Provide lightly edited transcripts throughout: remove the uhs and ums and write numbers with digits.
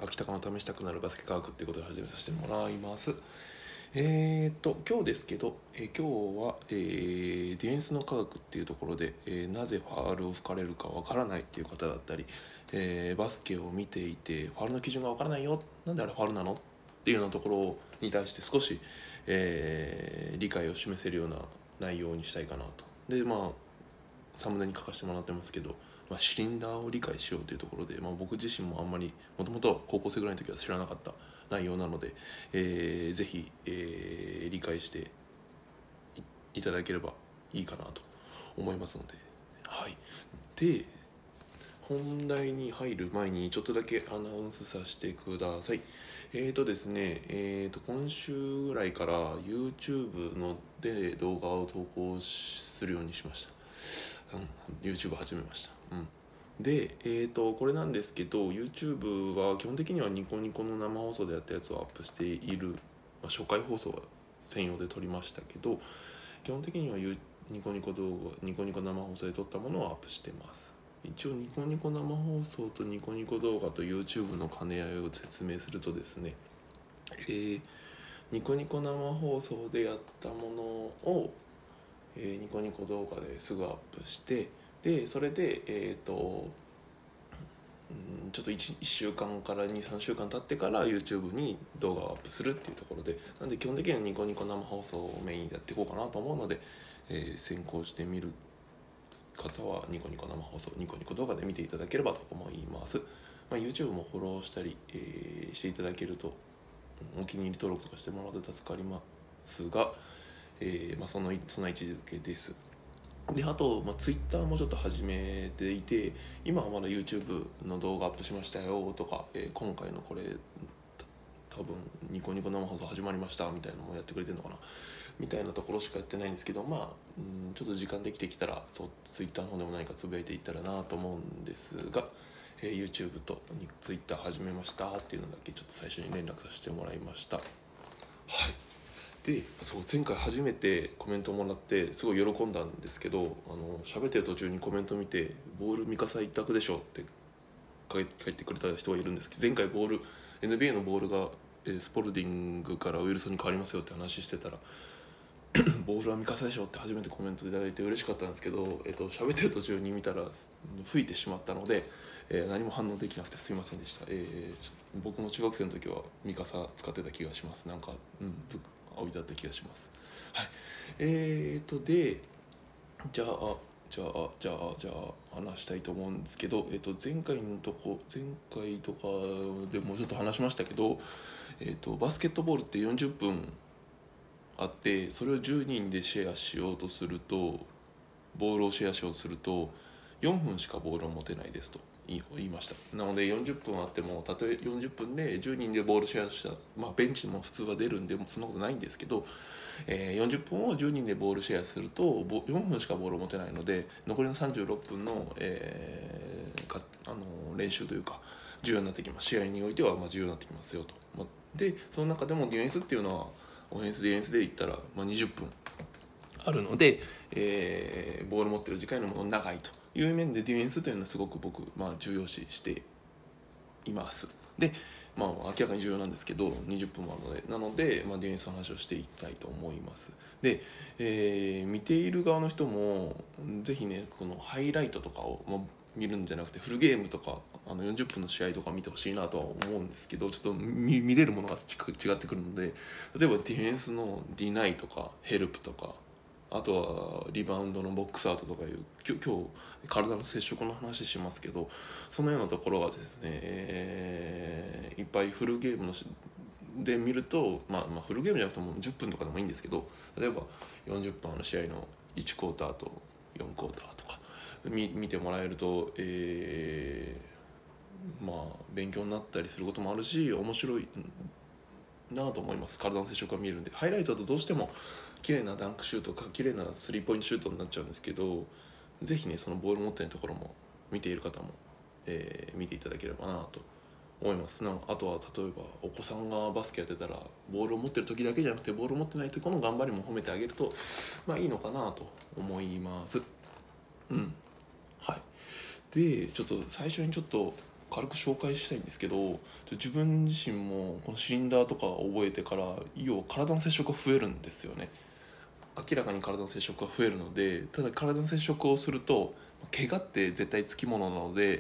秋田感を試したくなるバスケ科学っていうことで始めさせてもらいます。今日ですけど、今日は、ディフェンスの科学っていうところで、なぜファールを吹かれるかわからないっていう方だったり、バスケを見ていてファールの基準がわからないよ、なんであれファールなのっていうようなところに対して少し、理解を示せるような内容にしたいかなと。でサムネに書かせてもらってますけど、シリンダーを理解しようというところで、僕自身もあんまりもともと高校生ぐらいの時は知らなかった内容なので、ぜひ、理解していただければいいかなと思いますので、はい。で、本題に入る前にちょっとだけアナウンスさせてください。ですね、今週ぐらいから YouTube ので動画を投稿するようにしました。YouTube 始めました。で、これなんですけど、 YouTube は基本的にはニコニコの生放送でやったやつをアップしている、初回放送は専用で撮りましたけど、基本的にはニコニコ生放送で撮ったものをアップしてます。一応ニコニコ生放送とニコニコ動画と YouTube の兼ね合いを説明するとですね、ニコニコ生放送でやったものを、ニコニコ動画ですぐアップして、でそれでちょっと 1週間から2、3週間経ってから YouTube に動画をアップするっていうところで、なんで基本的にはニコニコ生放送をメインでやっていこうかなと思うので、先行してみる方はニコニコ生放送、ニコニコ動画で見ていただければと思います。YouTube もフォローしたり、していただけると、お気に入り登録とかしてもらうと助かりますが、そんな位置づけです。であと、Twitter もちょっと始めていて、今はまだ YouTube の動画アップしましたよとか、今回のこれ多分ニコニコ生放送始まりましたみたいなのもやってくれてるのかなみたいなところしかやってないんですけど、ちょっと時間できてきたらTwitter の方でも何かつぶやいていったらなと思うんですが、YouTube と Twitter 始めましたっていうのだけちょっと最初に連絡させてもらいました。はい。で前回初めてコメントをもらってすごい喜んだんですけど、喋ってる途中にコメント見て「ボールミカサ一択でしょ」って書いてくれた人がいるんですけど、前回NBA のボールがスポルディングからウイルスに変わりますよって話してたらボールはミカサでしょって初めてコメントいただいて嬉しかったんですけど、喋ってる途中に見たら吹いてしまったので、何も反応できなくてすいませんでした。僕も中学生の時はミカサ使ってた気がします。置いてあった気がします。はい。でじゃあ話したいと思うんですけど、前回とかでもちょっと話しましたけど、バスケットボールって40分あって、それを10人でシェアしようとすると、ボールをシェアしようとすると4分しかボールを持てないですと言いました。なので40分あっても、たとえ40分で10人でボールシェアした、ベンチも普通は出るんでそんなことないんですけど、40分を10人でボールシェアすると4分しかボールを持てないので、残りの36分の、練習というか重要になってきます。試合においては重要になってきますよと。でその中でもディフェンスっていうのはオフェンスディフェンスで言ったら、20分あるので、ボール持ってる時間よりも長いという面でディフェンスというのはすごく僕、重要視しています。で、明らかに重要なんですけど20分もあるので、ディフェンスの話をしていきたいと思います。で、見ている側の人もぜひね、このハイライトとかを、見るんじゃなくてフルゲームとか40分の試合とか見てほしいなとは思うんですけど、ちょっと見れるものが違ってくるので、例えばディフェンスのディナイとかヘルプとか、あとはリバウンドのボックスアウトとかいう今日体の接触の話しますけど、そのようなところがですね、いっぱいフルゲームで見ると、フルゲームじゃなくても10分とかでもいいんですけど、例えば40分の試合の1クォーターと4クォーターとか見てもらえると、勉強になったりすることもあるし、面白いなと思います。体の接触が見えるんで。ハイライトだとどうしても綺麗なダンクシュートか綺麗なスリーポイントシュートになっちゃうんですけど、ぜひね、そのボール持ってないところも見ている方も、見ていただければなと思います。あとは例えばお子さんがバスケやってたら、ボールを持ってる時だけじゃなくてボールを持ってない時の頑張りも褒めてあげるといいのかなと思います。はい。でちょっと最初にちょっと軽く紹介したいんですけど、自分自身もこのシリンダーとか覚えてから要は体の接触が増えるんですよね。明らかに体の接触が増えるので、ただ体の接触をすると怪我って絶対つきものなので、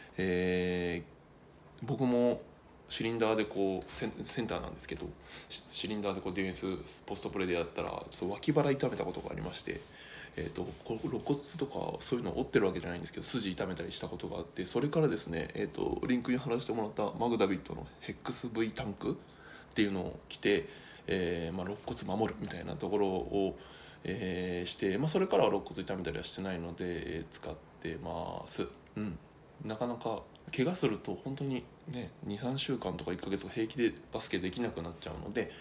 僕もシリンダーでこうセンターなんですけど、シリンダーでこうディフェンスポストプレーでやったらちょっと脇腹痛めたことがありまして、こう肋骨とかそういうのを折ってるわけじゃないんですけど筋痛めたりしたことがあって、それからですね、リンクに貼らせてもらったマグダビットのヘックス V タンクっていうのを着て、肋骨守るみたいなところを、して、それからは肋骨痛めたりはしてないので、使ってます。なかなか怪我すると本当にね 2,3 週間とか1ヶ月平気でバスケできなくなっちゃうので、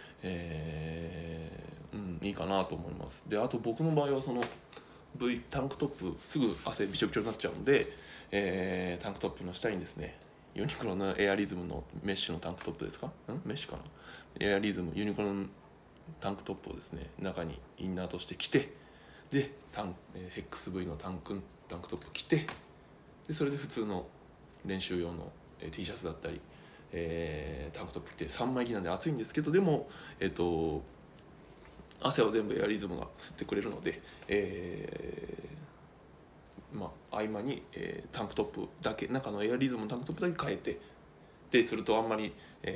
いいかなと思います。であと僕の場合はその タンクトップすぐ汗びちょびちょになっちゃうので、タンクトップの下にですねユニクロのエアリズムのメッシュのタンクトップですかメッシュかなエアリズムユニクロのタンクトップをですね中にインナーとして着て、でヘックス V のタンクトップ着て、でそれで普通の練習用の T シャツだったり、タンクトップ着て3枚着なんで暑いんですけど、でも汗を全部エアリズムが吸ってくれるので、合間に、タンクトップだけ中のエアリズムのタンクトップだけ変えて、でするとあんまり、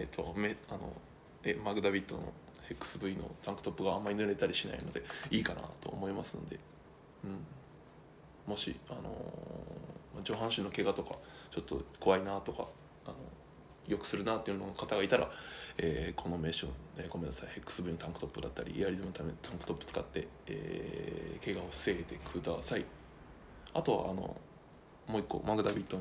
マグダビットの XV のタンクトップがあんまり濡れたりしないのでいいかなと思いますので、もし、上半身の怪我とかちょっと怖いなとかよくするなっていうの方がいたら、この名称、ごめんなさい XV のタンクトップだったりエアリズムのためのタンクトップ使って、怪我を防いでください。あとはもう一個マグダビット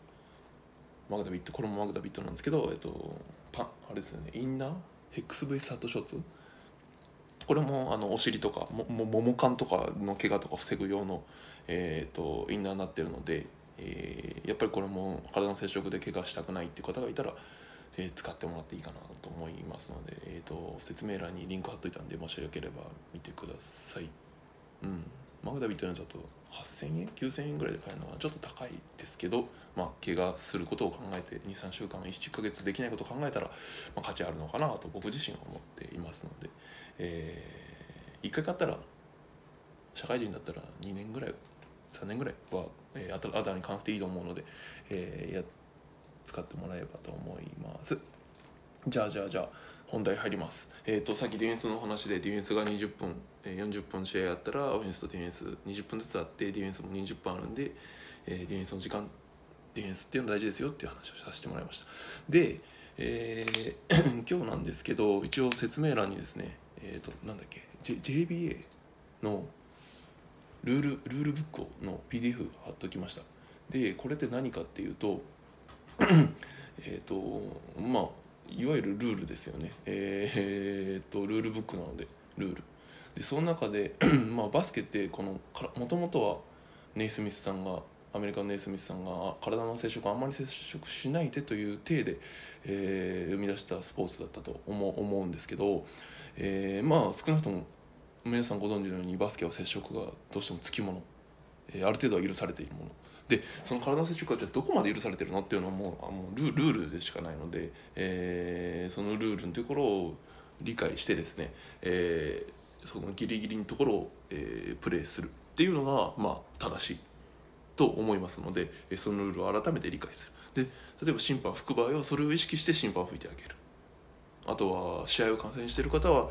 これもマグダビットなんですけど、あれですよね、インナーXV スタッドショーツ、これもお尻とかももカンとかの怪我とか防ぐ用の、インナーになってるので、やっぱりこれも体の接触で怪我したくないっていう方がいたら、使ってもらっていいかなと思いますので、説明欄にリンク貼っといたんで、もしよければ見てください。マグダビットのやつだと8,000円9,000円ぐらいで買えるのはちょっと高いですけど、怪我することを考えて 2,3 週間1ヶ月できないことを考えたら、価値あるのかなと僕自身は思っていますので、1回買ったら社会人だったら2年ぐらい3年ぐらいは、あだに買わなくていいと思うので、使ってもらえればと思います。じゃあ本題入ります。さっきディフェンスの話でディフェンスが20分、40分試合やったらオフェンスとディフェンス20分ずつあって、ディフェンスも20分あるんで、ディフェンスの時間ディフェンスっていうの大事ですよっていう話をさせてもらいました。で、今日なんですけど、一応説明欄にですね、なんだっけ、JBA のルールブックの PDF 貼っときました。でこれって何かっていうといわゆるルールですよね。ルールブックなのでルールで、その中でバスケってもともとはアメリカのネイスミスさんが体の接触あんまり接触しないでという体で、生み出したスポーツだったと思うんですけど、少なくとも皆さんご存知のようにバスケは接触がどうしてもつきもの、ある程度は許されているもので、その体の接触がじゃあどこまで許されてるのっていうのはもうルールでしかないので、そのルールのところを理解してですね、そのギリギリのところを、プレーするっていうのが正しいと思いますので、そのルールを改めて理解する。で例えば審判吹く場合はそれを意識して審判を吹いてあげる。あとは試合を観戦している方は、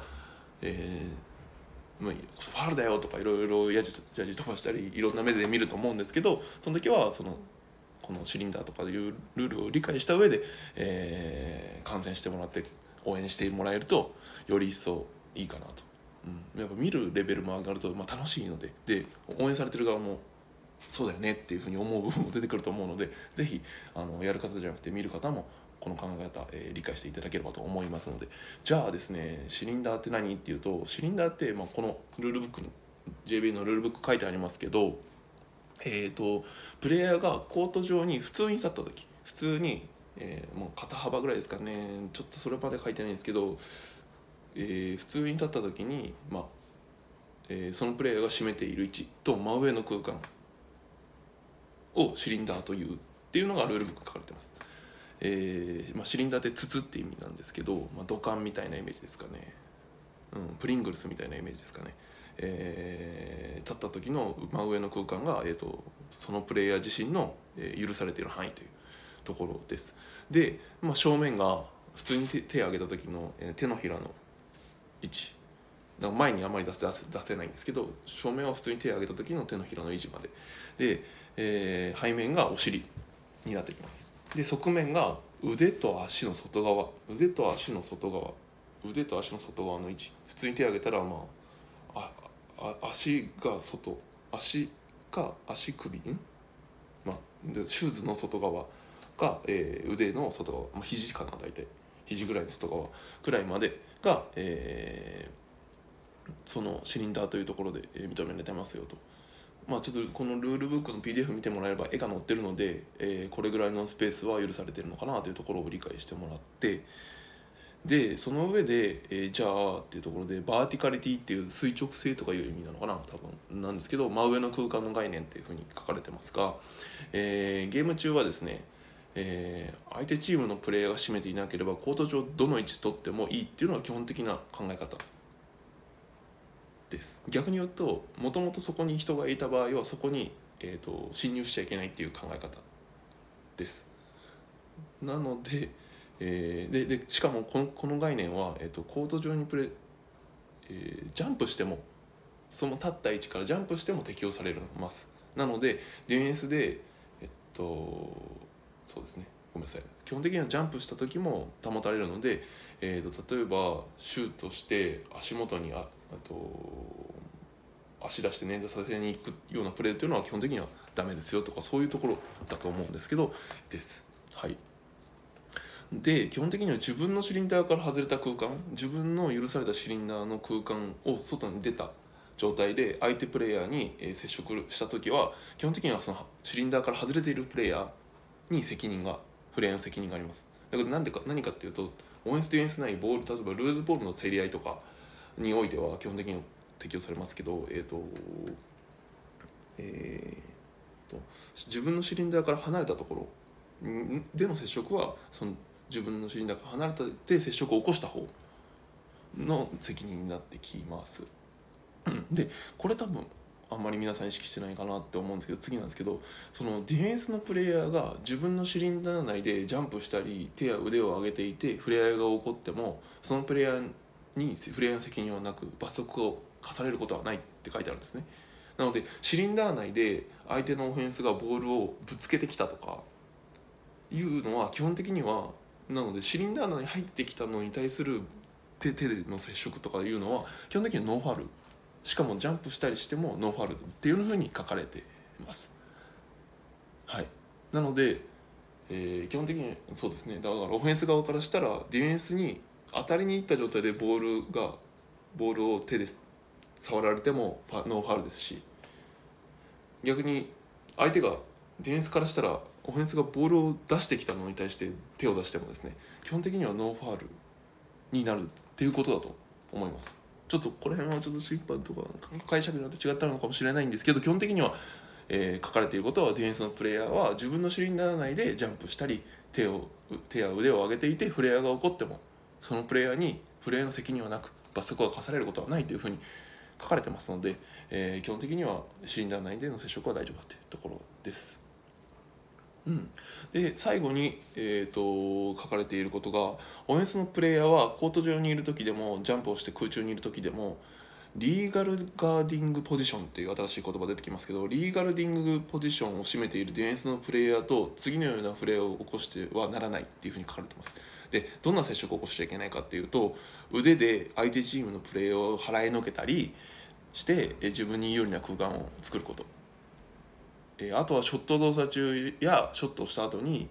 ファウルだよとかいろいろジャッジ飛ばしたりいろんな目で見ると思うんですけど、その時はこのシリンダーとかいうルールを理解した上で、観戦してもらって応援してもらえるとより一層いいかなと。やっぱ見るレベルも上がると、楽しいので応援されてる側もそうだよねっていうふうに思う部分も出てくると思うので、ぜひやる方じゃなくて見る方もこの考え方、理解していただければと思いますので、じゃあですね、シリンダーって何っていうと、シリンダーって、このルールブックに JB のルールブック書いてありますけど、プレイヤーがコート上に普通に立った時、普通に、もう肩幅ぐらいですかね、ちょっとそれまで書いてないんですけど、普通に立った時に、そのプレイヤーが占めている位置と真上の空間をシリンダーというっていうのがルールブックに書かれてます。シリンダーって筒って意味なんですけど、土管みたいなイメージですかね、プリングルスみたいなイメージですかね。立った時の真上の空間が、そのプレイヤー自身の、許されている範囲というところです。で、正面が普通に手を上げた時の、手のひらの位置、前にあまり出せないんですけど、正面は普通に手を上げた時の手のひらの位置までで、背面がお尻になってきます。で、側面が腕と足の外側の位置、普通に手を上げたら、足が外、足首でシューズの外側が、腕の外側、肘かな、大体肘ぐらいの外側くらいまでが、そのシリンダーというところで認められてますよと。ちょっとこのルールブックの PDF 見てもらえれば絵が載ってるので、これぐらいのスペースは許されてるのかなというところを理解してもらって、でその上で、じゃあっていうところでバーティカリティっていう垂直性とかいう意味なのかな、多分なんですけど、真上の空間の概念っていうふうに書かれてますが、ゲーム中はですね、相手チームのプレイヤーが占めていなければコート上どの位置取ってもいいっていうのが基本的な考え方です。逆に言うと、もともとそこに人がいた場合はそこに、侵入しちゃいけないっていう考え方です。なので、でしかもこの概念は、コート上にジャンプしても、その立った位置からジャンプしても適用されます。なのでディフェンスでそうですね、ごめんなさい、基本的にはジャンプした時も保たれるので、例えばシュートして足元に足出して捻挫させに行くようなプレーというのは基本的にはダメですよとか、そういうところだと思うんですけどです。はい。で、基本的には自分のシリンダーから外れた空間、自分の許されたシリンダーの空間を外に出た状態で相手プレイヤーに接触した時は、基本的にはそのシリンダーから外れているプレイヤーにプレイヤーの責任があります。だから何かっていうと、オフェンスディフェンス内ボール、例えばルーズボールの競り合いとかにおいては基本的に適用されますけど、自分のシリンダーから離れたところでの接触は、その自分のシリンダーから離れて接触を起こした方の責任になってきます。でこれ多分あんまり皆さん意識してないかなって思うんですけど、次なんですけど、そのディフェンスのプレイヤーが自分のシリンダー内でジャンプしたり手や腕を上げていてフレアが起こっても、そのプレイヤーにフレイヤーの責任はなく罰則を課されることはないって書いてあるんですね。なのでシリンダー内で相手のオフェンスがボールをぶつけてきたとかいうのは基本的には、なのでシリンダー内に入ってきたのに対する手での接触とかいうのは基本的にはノーファウル、しかもジャンプしたりしてもノーファウルっていう風に書かれています。はい。なので、基本的にそうですね、だからオフェンス側からしたらディフェンスに当たりにいった状態でボールを手で触られてもノーファウルですし、逆に相手がディフェンスからしたらオフェンスがボールを出してきたのに対して手を出してもですね、基本的にはノーファウルになるっていうことだと思います。ちょっとこの辺はちょっと審判とか解釈によって違ったのかもしれないんですけど、基本的には、書かれていることは、ディフェンスのプレイヤーは自分のシリンダー内でジャンプしたり手や腕を上げていてフレアが起こっても、そのプレイヤーにフレアの責任はなく罰則が課されることはないというふうに書かれてますので、基本的にはシリンダー内での接触は大丈夫だというところです。で最後に、書かれていることが、オフェンスのプレイヤーはコート上にいる時でもジャンプをして空中にいる時でもリーガルガーディングポジションっていう新しい言葉出てきますけど、リーガルディングポジションを占めているディフェンスのプレイヤーと次のようなプレーを起こしてはならないっていうふうに書かれてます。でどんな接触を起こしちゃいけないかっていうと、腕で相手チームのプレーを払いのけたりして自分に有利な空間を作ること、あとはショット動作中やショットをした後に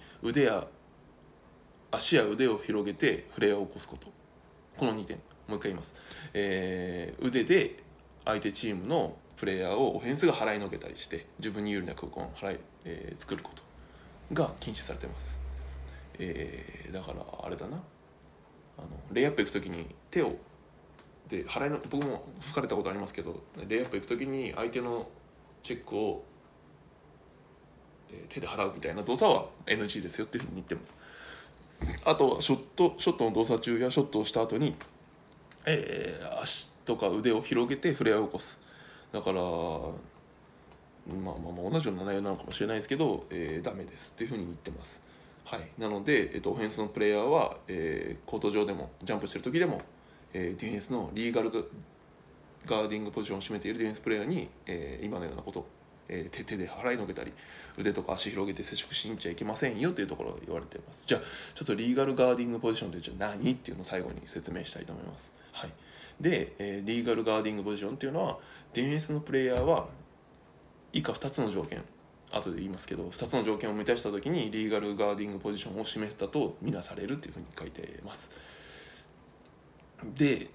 足や腕を広げてフレアを起こすこと、この2点もう一回言います。腕で相手チームのプレイヤーをオフェンスが払いのけたりして自分に有利な空間を作ることが禁止されています。だからあれだな、レイアップ行く時に手をで僕も吹かれたことありますけど、レイアップ行く時に相手のチェックを手で払うみたいな動作は NG ですよっていうふうに言ってます。あとはショットの動作中やショットをした後に、足とか腕を広げてフレアを起こす。だから同じような内容なのかもしれないですけど、ダメですっていうふうに言ってます。はい、なので、オフェンスのプレイヤーは、コート上でもジャンプしてる時でも、ディフェンスのリーガルガーディングポジションを占めているディフェンスプレイヤーに、今のようなこと、手で払いのけたり腕とか足広げて接触しに行っちゃいけませんよというところが言われています。じゃあちょっとリーガルガーディングポジションってじゃあ何っていうのを最後に説明したいと思います。はい、で、リーガルガーディングポジションっていうのはディフェンスのプレイヤーは以下2つの条件、後で言いますけど2つの条件を満たした時にリーガルガーディングポジションを示したとみなされるっていうふうに書いています。で、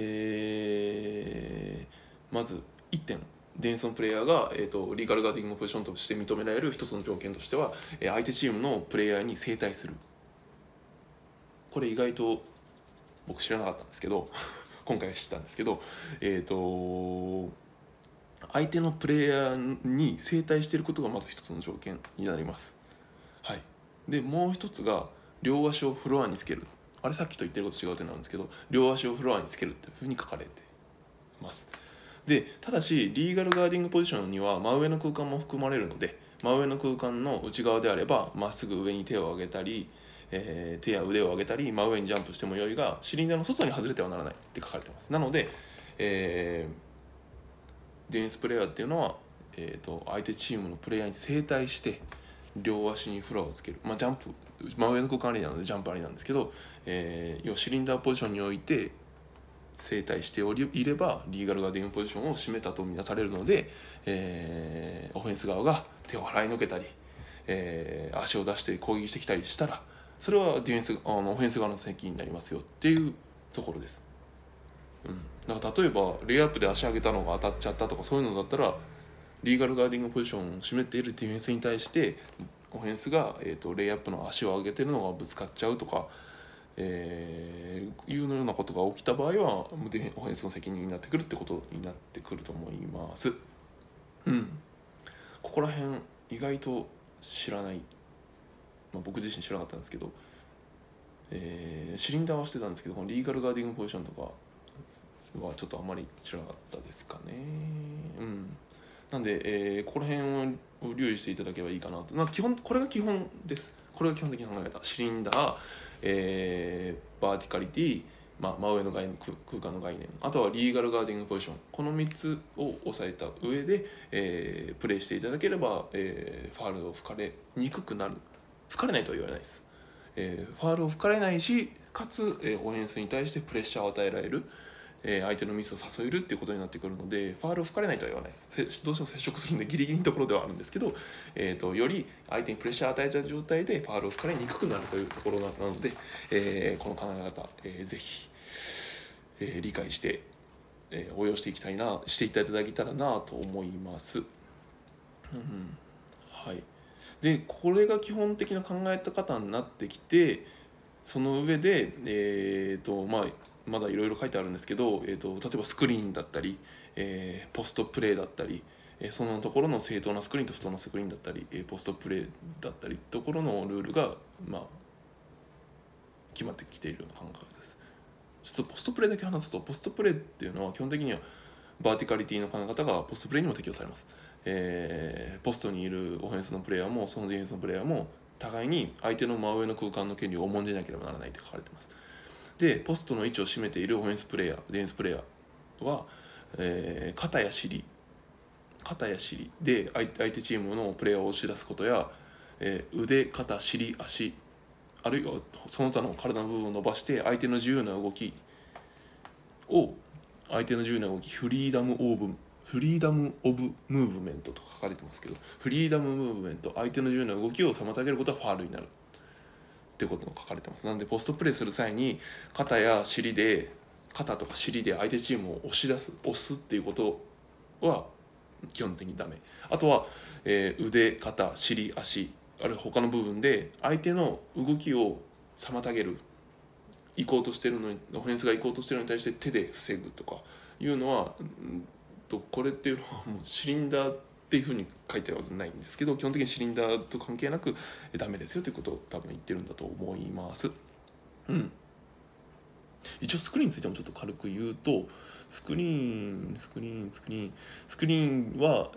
まず1点、ディフェンスのプレイヤーが、リーガルガーディングポジションとして認められる一つの条件としては、相手チームのプレイヤーに正対する。これ意外と僕知らなかったんですけど今回知ったんですけど、相手のプレイヤーに正対していることがまず一つの条件になります。はい、でもう一つが両足をフロアにつける。あれさっきと言ってること違う点なんですけど、両足をフロアにつけるっていうふうに書かれています。でただしリーガルガーディングポジションには真上の空間も含まれるので、真上の空間の内側であればまっすぐ上に手を上げたり、手や腕を上げたり真上にジャンプしてもよいが、シリンダーの外に外れてはならないって書かれています。なので、ディフェンスプレイヤーっていうのは、相手チームのプレイヤーに正対して両足にフロアをつける、ジャンプ真上の空間ありなのでジャンプありなんですけど、要はシリンダーポジションにおいて正対していればリーガルガーディングポジションを占めたとみなされるので、オフェンス側が手を払いのけたり、足を出して攻撃してきたりしたら、それはオフェンス側の責任になりますよっていうところです。だから例えばレイアップで足上げたのが当たっちゃったとかそういうのだったら、リーガルガーディングポジションを占めているディフェンスに対してオフェンスが、レイアップの足を上げてるのがぶつかっちゃうとか、いうようなことが起きた場合はオフェンスの責任になってくるってことになってくると思います。ここら辺意外と知らない、僕自身知らなかったんですけど、シリンダーはしてたんですけど、このリーガルガーディングポジションとかはちょっとあまり知らなかったですかね。なんで、ここら辺を留意していただければいいかなと。これが基本です。これが基本的な考え方。シリンダー、バーティカリティ、真上の空間の概念、あとはリーガルガーディングポジション、この3つを押さえた上で、プレーしていただければ、ファールを吹かれにくくなる。吹かれないとは言われないです。ファールを吹かれないし、かつ、オフェンスに対してプレッシャーを与えられる、相手のミスを誘えるっていうことになってくるので、ファールを吹かれないとは言わないです。どうしても接触するんでギリギリのところではあるんですけど、より相手にプレッシャーを与えた状態でファールを吹かれにくくなるというところなので、この考え方、ぜひ、理解して、応用していただけたらなと思います。はい。でこれが基本的な考え方になってきて、その上で、まだいろいろ書いてあるんですけど、例えばスクリーンだったり、ポストプレーだったり、そのところの正当なスクリーンと不当なスクリーンだったり、ポストプレーだったりところのルールが、決まってきているような考えです。ちょっとポストプレーだけ話すと、ポストプレーっていうのは基本的にはバーティカリティの考え方がポストプレーにも適用されます。ポストにいるオフェンスのプレイヤーもそのディフェンスのプレイヤーも互いに相手の真上の空間の権利を重んじなければならないと書かれています。でポストの位置を占めているオフェンスプレイヤー、ディフェンスプレイヤーは、肩や尻で相手チームのプレイヤーを押し出すことや、腕、肩、尻、足、あるいはその他の体の部分を伸ばして相手の自由な動き、フリーダムオブムーブメントと書かれてますけど、フリーダムムーブメント、相手の自由な動きを妨げることはファウルになるってことが書かれてます。なのでポストプレーする際に肩とか尻で相手チームを押すっていうことは基本的にダメ。あとは、腕、肩、尻、足、あるいは他の部分で相手の動きを妨げる、オフェンスが行こうとしているのに対して手で防ぐとかいうのは、これっていうのはもうシリンダーっていうふうに書いてはないんですけど、基本的にシリンダーと関係なくダメですよということを多分言ってるんだと思います。一応スクリーンについてもちょっと軽く言うと、スクリーンは、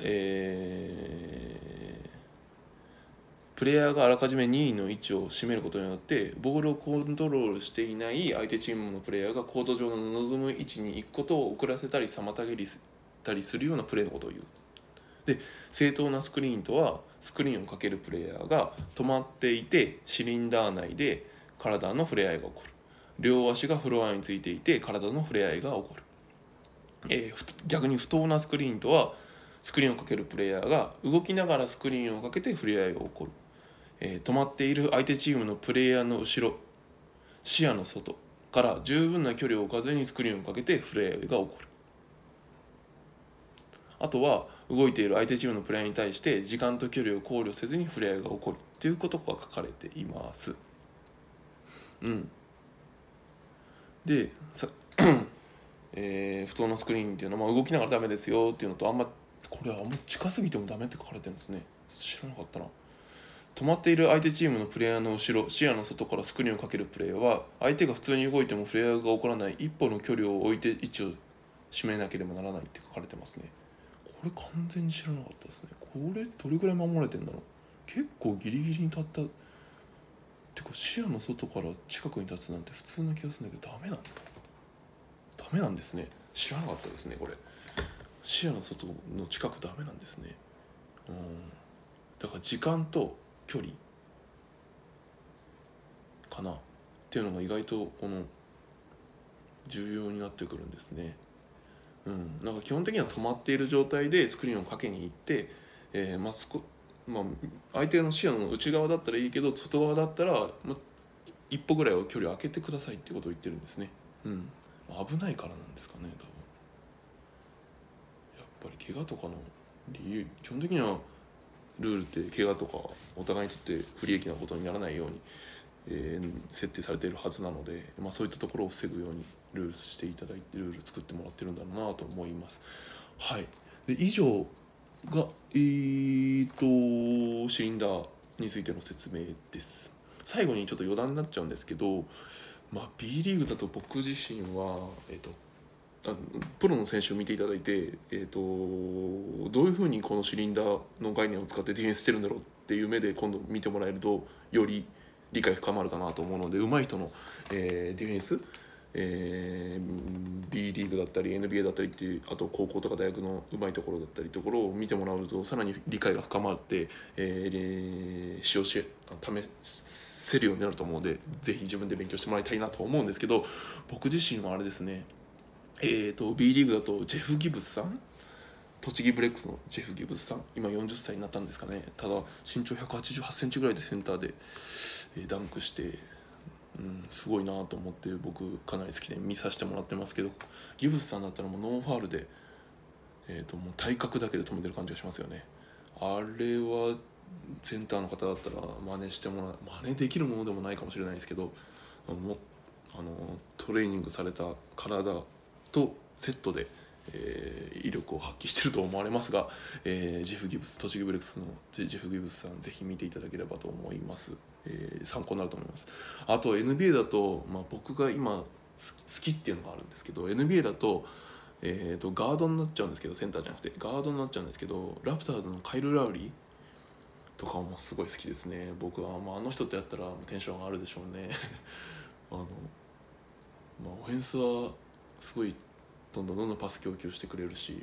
プレイヤーがあらかじめ任意の位置を占めることによってボールをコントロールしていない相手チームのプレイヤーがコート上の望む位置に行くことを遅らせたり妨げたりするようなプレーのことを言う。で、正当なスクリーンとはスクリーンをかけるプレイヤーが止まっていてシリンダー内で体の触れ合いが起こる。両足がフロアについていて体の触れ合いが起こる。逆に不当なスクリーンとはスクリーンをかけるプレイヤーが動きながらスクリーンをかけて触れ合いが起こる。止まっている相手チームのプレイヤーの後ろ、視野の外から十分な距離を置かずにスクリーンをかけて触れ合いが起こる。あとは動いている相手チームのプレイヤーに対して時間と距離を考慮せずに触れ合いが起こるということが書かれています。で不当なスクリーンっていうのは、動きながらダメですよっていうのと、これはあんま近すぎてもダメって書かれてるんですね。知らなかったな。止まっている相手チームのプレイヤーの後ろ、視野の外からスクリーンをかけるプレイヤーは相手が普通に動いてもフレアが起こらない一歩の距離を置いて位置を締めなければならないって書かれてますね。これ完全に知らなかったですね。これどれぐらい守られてんだろう。結構ギリギリに立ったてか、視野の外から近くに立つなんて普通な気がするんだけど、ダメなんですね。知らなかったですね。これ視野の外の近くダメなんですね。だから時間と距離かなっていうのが意外とこの重要になってくるんですね。なんか基本的には止まっている状態でスクリーンをかけに行って、相手の視野の内側だったらいいけど外側だったら、一歩ぐらいは距離を空けてくださいってことを言ってるんですね。危ないからなんですかね、多分。やっぱり怪我とかの理由、基本的にはルールって怪我とかお互いにとって不利益なことにならないように、設定されているはずなので、そういったところを防ぐようにルールしていただいて、ルール作ってもらってるんだろうなと思います。はい。で、以上がシリンダーについての説明です。最後にちょっと余談になっちゃうんですけど、B リーグだと僕自身は、プロの選手を見ていただいて、どういうふうにこのシリンダーの概念を使ってディフェンスしてるんだろうっていう目で今度見てもらえるとより理解深まるかなと思うので、上手い人の、ディフェンス、B リーグだったり NBA だったりっていう、あと高校とか大学の上手いところだったりところを見てもらうとさらに理解が深まって、試せるようになると思うので、ぜひ自分で勉強してもらいたいなと思うんですけど、僕自身はあれですね、B リーグだとジェフ・ギブスさん、栃木ブレックスのジェフ・ギブスさん、今40歳になったんですかね。ただ身長188センチぐらいでセンターでダンクして、すごいなと思って僕かなり好きで見させてもらってますけど、ギブスさんだったらもうノーファウルで、もう体格だけで止めてる感じがしますよね。あれはセンターの方だったら真似できるものでもないかもしれないですけど、トレーニングされた体とセットで、威力を発揮していると思われますが、ジェフ・ギブス、栃木ブレックスのジェフ・ギブスさん、ぜひ見ていただければと思います。参考になると思います。あと NBA だと、僕が今好きっていうのがあるんですけど、 NBA だと、ガードになっちゃうんですけど、センターじゃなくてガードになっちゃうんですけど、ラプターズのカイル・ラウリーとかもすごい好きですね。僕は、あの人とやったらテンション上がるでしょうね。オフェンスはすごいどんどんパス供給してくれるし、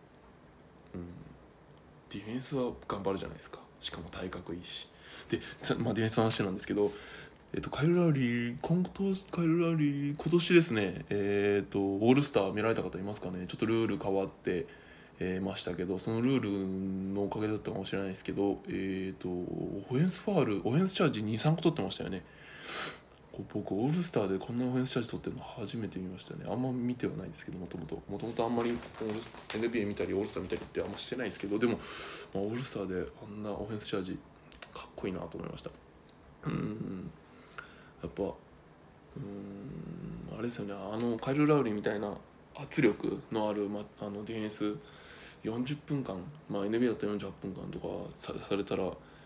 ディフェンスは頑張るじゃないですか。しかも体格いいし。で、ディフェンスの話なんですけど、カイル・ラウリー今年ですね、オールスター見られた方いますかね。ちょっとルール変わってましたけど、そのルールのおかげだったかもしれないですけど、オフェンスチャージ 2,3 個取ってましたよね。僕オールスターでこんなオフェンスチャージ取ってるの初めて見ましたね。あんま見てはないですけど、もともとあんまりNBA 見たりオールスター見たりってあんましてないですけど、でも、オールスターであんなオフェンスチャージかっこいいなと思いました。やっぱあれですよね、カイル・ラウリーみたいな圧力のある、ディフェンス 40分間、NBA だったら48分間とかされたら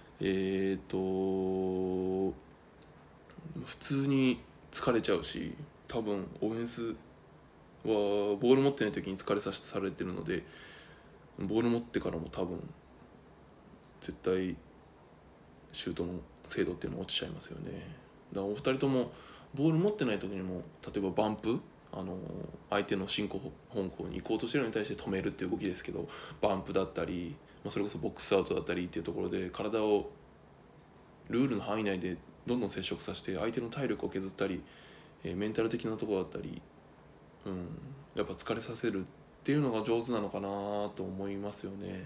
普通に疲れちゃうし、多分オフェンスはボール持ってない時に疲れされてるので、ボール持ってからも多分絶対シュートの精度っていうのは落ちちゃいますよね。だからお二人ともボール持ってない時にも、例えばバンプ、相手の進行方向に行こうとしてるのに対して止めるっていう動きですけど、バンプだったり、それこそボックスアウトだったりっていうところで体をルールの範囲内でどんどん接触させて相手の体力を削ったり、メンタル的なところだったり、やっぱ疲れさせるっていうのが上手なのかなと思いますよね。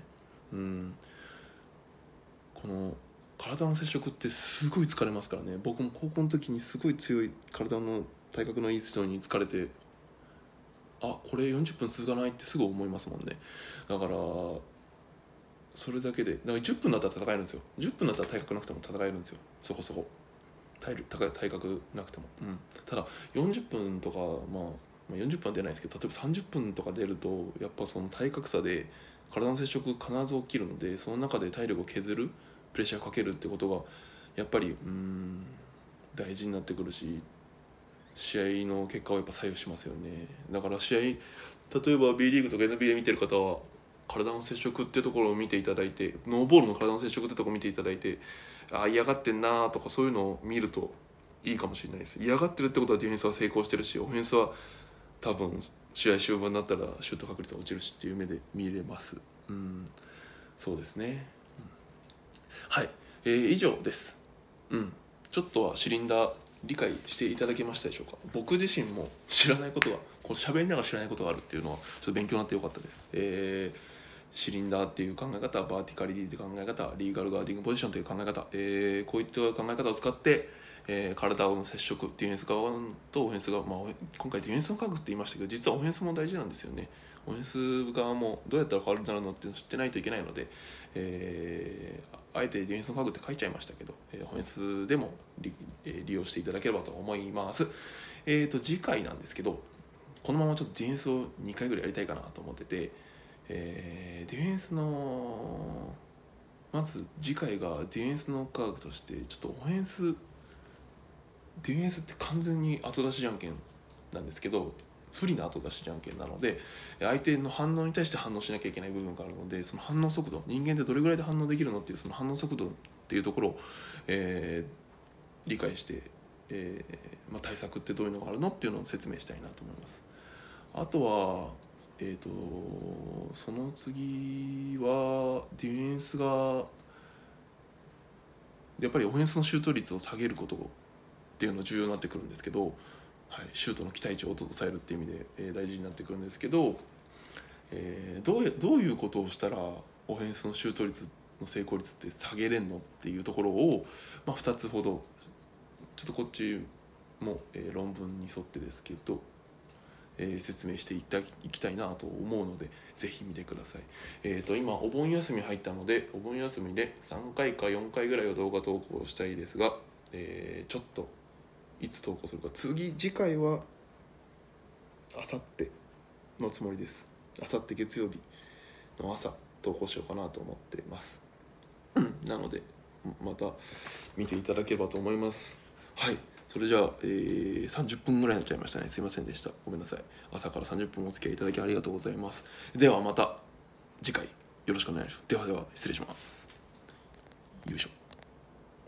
この体の接触ってすごい疲れますからね。僕も高校の時にすごい強い体の体格のいい人に疲れて、これ40分続かないってすぐ思いますもんね。だからそれだけで、だから10分だったら戦えるんですよ。10分だったら体格なくても戦えるんですよ。そこそこ体格なくても、ただ40分とか、40分は出ないですけど、例えば30分とか出るとやっぱその体格差で体の接触必ず起きるので、その中で体力を削る、プレッシャーかけるってことがやっぱり大事になってくるし、試合の結果をやっぱ左右しますよね。だから試合、例えば B リーグとか NBA 見てる方は体の接触ってところを見ていただいて、ノーボールの体の接触ってところを見ていただいて、嫌がってんなとかそういうのを見るといいかもしれないです。嫌がってるってことはディフェンスは成功してるし、オフェンスは多分試合終盤になったらシュート確率が落ちるしっていう目で見れます。そうですね。はい、以上です。ちょっとはシリンダー理解していただけましたでしょうか。僕自身も知らないことが、この喋りながら知らないことがあるっていうのはちょっと勉強になってよかったです。シリンダーっていう考え方、バーティカリティという考え方、リーガルガーディングポジションという考え方、こういった考え方を使って、体の接触、ディフェンス側とオフェンス側、今回ディフェンスの科学って言いましたけど、実はオフェンスも大事なんですよね。オフェンス側もどうやったらファウルになるのっていうのを知ってないといけないので、あえてディフェンスの科学って書いちゃいましたけど、オフェンスでも利用していただければと思います。次回なんですけど、このままちょっとディフェンスを2回ぐらいやりたいかなと思ってて、ディフェンスのまず次回がディフェンスの科学として、ちょっとオフェンス、ディフェンスって完全に後出しじゃんけんなんですけど、不利な後出しじゃんけんなので、相手の反応に対して反応しなきゃいけない部分があるので、その反応速度、人間ってどれぐらいで反応できるのっていうその反応速度っていうところを、理解して、対策ってどういうのがあるのっていうのを説明したいなと思います。あとはその次はディフェンスがやっぱりオフェンスのシュート率を下げることっていうのが重要になってくるんですけど、シュートの期待値を抑えるっていう意味で、大事になってくるんですけど、どういうことをしたらオフェンスのシュート率の成功率って下げれんのっていうところを、2つほどちょっとこっちも、論文に沿ってですけど、説明していきたいなと思うので、ぜひ見てください。今お盆休み入ったので、お盆休みで3回か4回ぐらいは動画投稿したいですが、ちょっといつ投稿するか、次回はあさってのつもりです。あさって月曜日の朝投稿しようかなと思っています。なのでまた見ていただければと思います。はい、それじゃあ、30分ぐらいになっちゃいましたね。すいませんでした。ごめんなさい。朝から30分お付き合いいただきありがとうございます。ではまた次回よろしくお願いします。では失礼します。